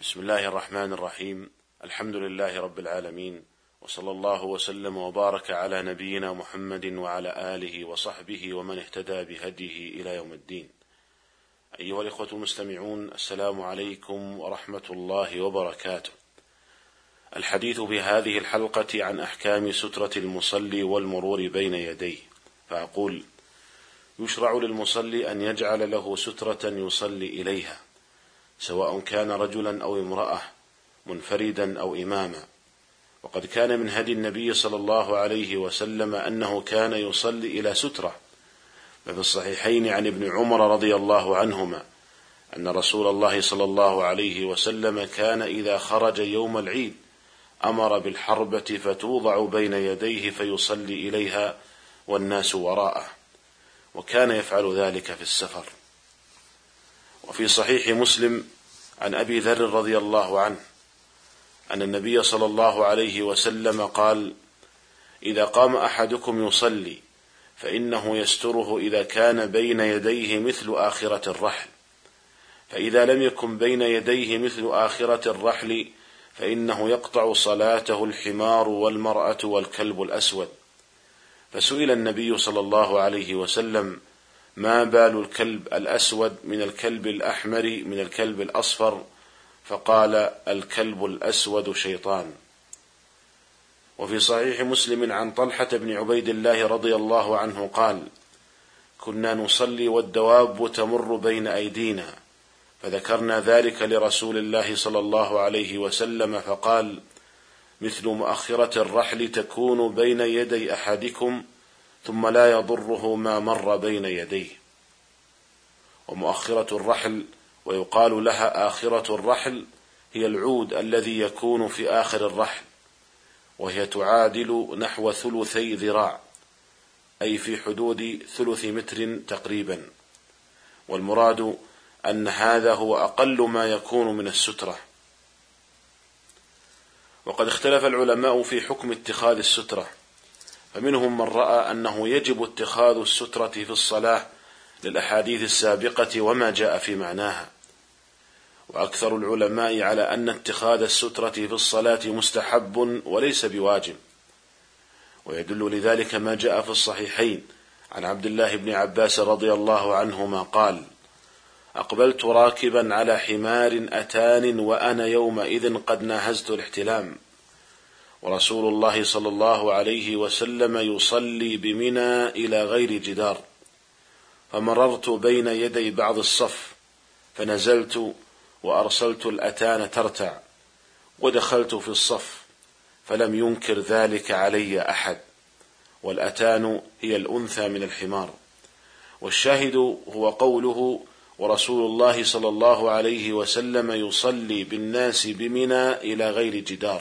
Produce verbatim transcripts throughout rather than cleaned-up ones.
بسم الله الرحمن الرحيم. الحمد لله رب العالمين، وصلى الله وسلم وبارك على نبينا محمد وعلى آله وصحبه ومن اهتدى بهديه إلى يوم الدين. أيها الإخوة المستمعون، السلام عليكم ورحمة الله وبركاته. الحديث في هذه الحلقة عن أحكام سترة المصلي والمرور بين يديه، فأقول: يشرع للمصلي أن يجعل له سترة يصلي إليها، سواء كان رجلا أو امرأة، منفردا أو إماما. وقد كان من هدي النبي صلى الله عليه وسلم أنه كان يصلي إلى سترة، ففي الصحيحين عن ابن عمر رضي الله عنهما أن رسول الله صلى الله عليه وسلم كان إذا خرج يوم العيد أمر بالحربة فتوضع بين يديه فيصلي إليها والناس وراءه، وكان يفعل ذلك في السفر. وفي صحيح مسلم عن أبي ذر رضي الله عنه أن النبي صلى الله عليه وسلم قال: إذا قام أحدكم يصلي فإنه يستره إذا كان بين يديه مثل آخرة الرحل، فإذا لم يكن بين يديه مثل آخرة الرحل فإنه يقطع صلاته الحمار والمرأة والكلب الأسود. فسئل النبي صلى الله عليه وسلم: ما بال الكلب الأسود من الكلب الأحمر من الكلب الأصفر؟ فقال: الكلب الأسود شيطان. وفي صحيح مسلم عن طلحة بن عبيد الله رضي الله عنه قال: كنا نصلي والدواب تمر بين أيدينا، فذكرنا ذلك لرسول الله صلى الله عليه وسلم فقال: مثل مؤخرة الرحل تكون بين يدي أحدكم ثم لا يضره ما مر بين يديه. ومؤخرة الرحل ويقال لها آخرة الرحل هي العود الذي يكون في آخر الرحل، وهي تعادل نحو ثلثي ذراع، أي في حدود ثلث متر تقريبا. والمراد أن هذا هو أقل ما يكون من السترة. وقد اختلف العلماء في حكم اتخاذ السترة، فمنهم من رأى أنه يجب اتخاذ السترة في الصلاة للأحاديث السابقة وما جاء في معناها، وأكثر العلماء على أن اتخاذ السترة في الصلاة مستحب وليس بواجب. ويدل لذلك ما جاء في الصحيحين عن عبد الله بن عباس رضي الله عنهما قال: أقبلت راكبا على حمار أتان وأنا يومئذ قد ناهزت الاحتلام، ورسول الله صلى الله عليه وسلم يصلي بمنى إلى غير جدار، فمررت بين يدي بعض الصف فنزلت وأرسلت الأتان ترتع، ودخلت في الصف فلم ينكر ذلك علي أحد، والأتان هي الأنثى من الحمار. والشاهد هو قوله: ورسول الله صلى الله عليه وسلم يصلي بالناس بمنى إلى غير جدار،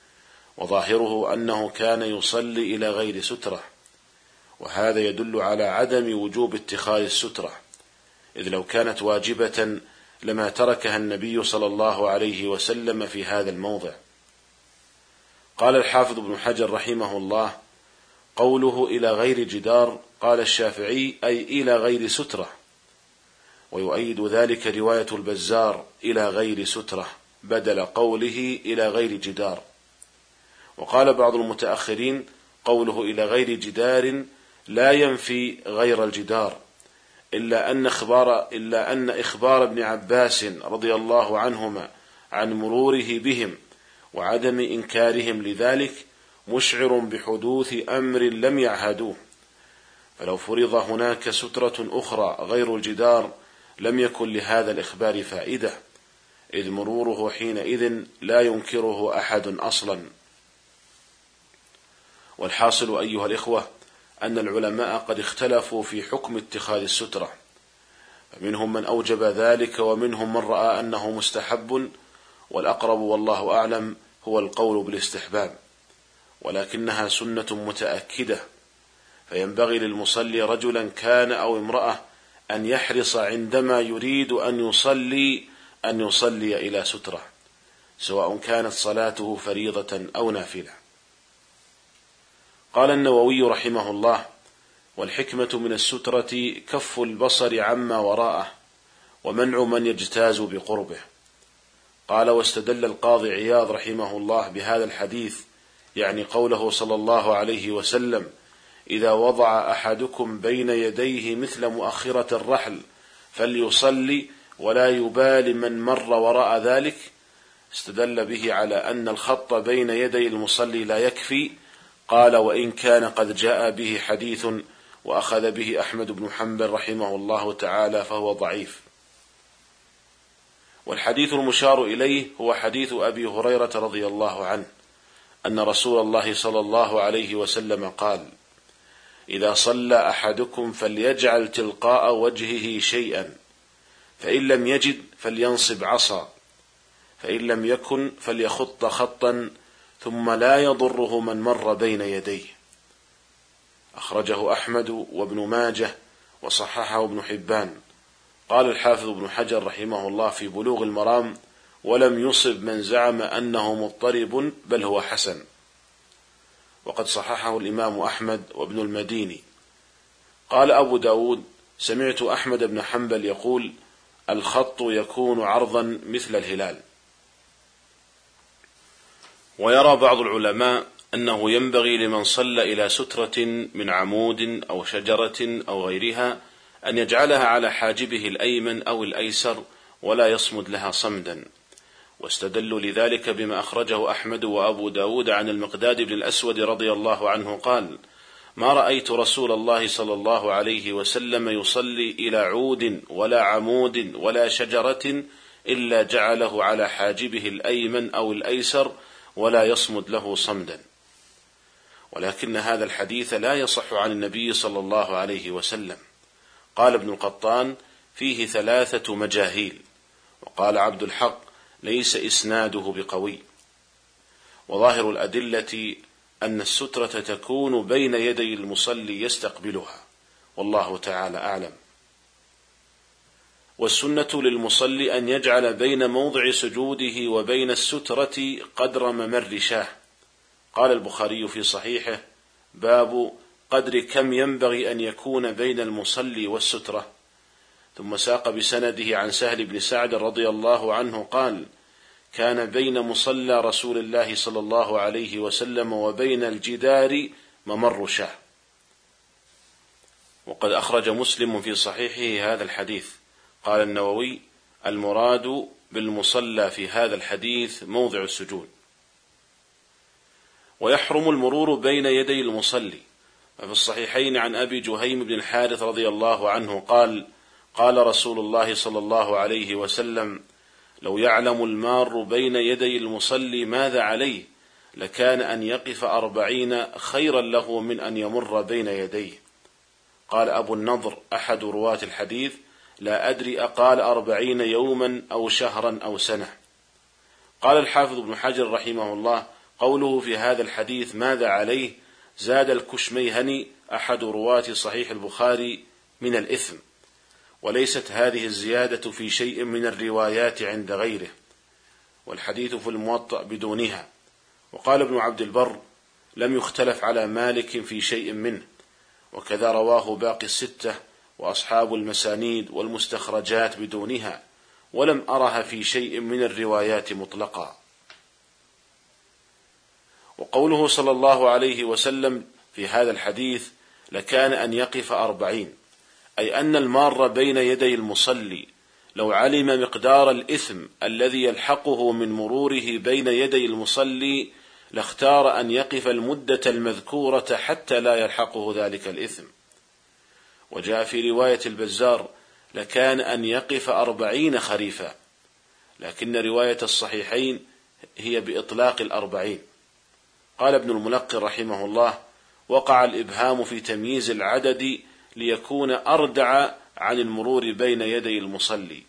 وظاهره أنه كان يصلي إلى غير سترة، وهذا يدل على عدم وجوب اتخاذ السترة، إذ لو كانت واجبة لما تركها النبي صلى الله عليه وسلم في هذا الموضع. قال الحافظ ابن حجر رحمه الله: قوله إلى غير جدار، قال الشافعي: أي إلى غير سترة. ويؤيد ذلك رواية البزار: إلى غير سترة، بدل قوله إلى غير جدار. وقال بعض المتأخرين: قوله إلى غير جدار لا ينفي غير الجدار، إلا أن إخبار, إلا أن إخبار ابن عباس رضي الله عنهما عن مروره بهم وعدم إنكارهم لذلك مشعر بحدوث أمر لم يعهدوه، فلو فرض هناك سترة أخرى غير الجدار لم يكن لهذا الإخبار فائدة، إذ مروره حينئذ لا ينكره أحد أصلا. والحاصل أيها الإخوة أن العلماء قد اختلفوا في حكم اتخاذ السترة، فمنهم من أوجب ذلك ومنهم من رأى أنه مستحب، والأقرب والله أعلم هو القول بالاستحباب، ولكنها سنة متأكدة، فينبغي للمصلي رجلا كان أو امرأة أن يحرص عندما يريد أن يصلي أن يصلي إلى سترة، سواء كانت صلاته فريضة أو نافلة. قال النووي رحمه الله: والحكمة من السترة كف البصر عما وراءه ومنع من يجتاز بقربه. قال: واستدل القاضي عياض رحمه الله بهذا الحديث، يعني قوله صلى الله عليه وسلم: إذا وضع أحدكم بين يديه مثل مؤخرة الرحل فليصلي ولا يبال من مر وراء ذلك. استدل به على أن الخط بين يدي المصلي لا يكفي. قال: وإن كان قد جاء به حديث وأخذ به أحمد بن حنبل رحمه الله تعالى فهو ضعيف. والحديث المشار إليه هو حديث أبي هريرة رضي الله عنه أن رسول الله صلى الله عليه وسلم قال: إذا صلى أحدكم فليجعل تلقاء وجهه شيئا، فإن لم يجد فلينصب عصا، فإن لم يكن فليخط خطا ثم لا يضره من مر بين يديه. أخرجه أحمد وابن ماجه وصححه ابن حبان. قال الحافظ ابن حجر رحمه الله في بلوغ المرام: ولم يصب من زعم أنه مضطرب، بل هو حسن. وقد صححه الإمام أحمد وابن المديني. قال أبو داود: سمعت أحمد بن حنبل يقول: الخط يكون عرضا مثل الهلال. ويرى بعض العلماء أنه ينبغي لمن صلى إلى سترة من عمود أو شجرة أو غيرها أن يجعلها على حاجبه الأيمن أو الأيسر ولا يصمد لها صمدا. واستدلوا لذلك بما أخرجه أحمد وأبو داود عن المقداد بن الأسود رضي الله عنه قال: ما رأيت رسول الله صلى الله عليه وسلم يصلي إلى عود ولا عمود ولا شجرة إلا جعله على حاجبه الأيمن أو الأيسر ولا يصمد له صمدا. ولكن هذا الحديث لا يصح عن النبي صلى الله عليه وسلم. قال ابن القطان: فيه ثلاثة مجاهيل. وقال عبد الحق: ليس إسناده بقوي. وظاهر الأدلة أن السترة تكون بين يدي المصلي يستقبلها، والله تعالى أعلم. والسنة للمصلي أن يجعل بين موضع سجوده وبين السترة قدر ممر شاه. قال البخاري في صحيحه: باب قدر كم ينبغي أن يكون بين المصلي والسترة. ثم ساق بسنده عن سهل بن سعد رضي الله عنه قال: كان بين مصلى رسول الله صلى الله عليه وسلم وبين الجدار ممر شاه. وقد أخرج مسلم في صحيحه هذا الحديث. قال النووي: المراد بالمصلى في هذا الحديث موضع السجود. ويحرم المرور بين يدي المصلي. ففي الصحيحين عن أبي جهيم بن الحارث رضي الله عنه قال: قال رسول الله صلى الله عليه وسلم: لو يعلم المار بين يدي المصلي ماذا عليه لكان أن يقف أربعين خيرا له من أن يمر بين يديه. قال أبو النضر أحد رواة الحديث: لا أدري أقال أربعين يوما أو شهرا أو سنة. قال الحافظ ابن حجر رحمه الله: قوله في هذا الحديث ماذا عليه زاد الكشميهني أحد رواة صحيح البخاري من الإثم، وليست هذه الزيادة في شيء من الروايات عند غيره، والحديث في الموطأ بدونها. وقال ابن عبد البر: لم يختلف على مالك في شيء منه، وكذا رواه باقي الستة وأصحاب المسانيد والمستخرجات بدونها، ولم أرها في شيء من الروايات مطلقا. وقوله صلى الله عليه وسلم في هذا الحديث لكان أن يقف أربعين، أي أن المار بين يدي المصلي لو علم مقدار الإثم الذي يلحقه من مروره بين يدي المصلي لاختار أن يقف المدة المذكورة حتى لا يلحقه ذلك الإثم. وجاء في رواية البزار لكان أن يقف أربعين خريفا، لكن رواية الصحيحين هي بإطلاق الأربعين. قال ابن الملقن رحمه الله: وقع الإبهام في تمييز العدد ليكون أردع عن المرور بين يدي المصلي.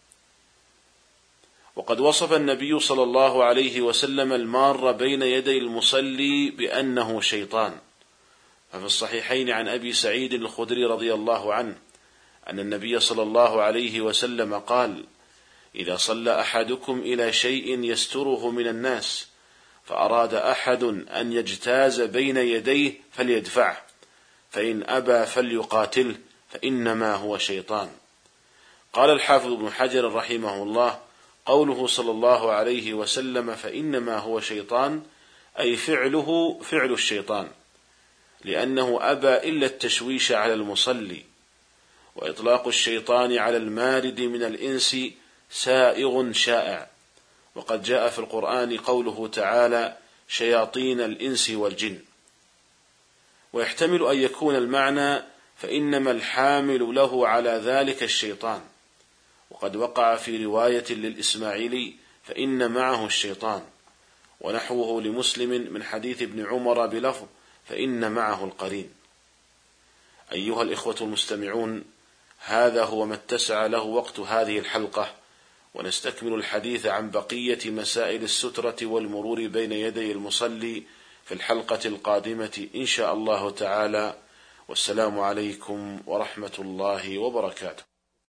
وقد وصف النبي صلى الله عليه وسلم المار بين يدي المصلي بأنه شيطان. ففي الصحيحين عن أبي سعيد الخدري رضي الله عنه أن النبي صلى الله عليه وسلم قال: إذا صلى أحدكم إلى شيء يستره من الناس فأراد أحد أن يجتاز بين يديه فليدفعه، فإن أبى فليقاتله، فإنما هو شيطان. قال الحافظ ابن حجر رحمه الله: قوله صلى الله عليه وسلم فإنما هو شيطان، أي فعله فعل الشيطان، لأنه أبى إلا التشويش على المصلي. وإطلاق الشيطان على المارد من الإنس سائغ شائع، وقد جاء في القرآن قوله تعالى شياطين الإنس والجن. ويحتمل أن يكون المعنى فإنما الحامل له على ذلك الشيطان، وقد وقع في رواية للإسماعيلي فإن معه الشيطان، ونحوه لمسلم من حديث ابن عمر بلفظ فإن معه القرين. أيها الإخوة المستمعون، هذا هو ما اتسع له وقت هذه الحلقة، ونستكمل الحديث عن بقية مسائل السترة والمرور بين يدي المصلي في الحلقة القادمة إن شاء الله تعالى. والسلام عليكم ورحمة الله وبركاته.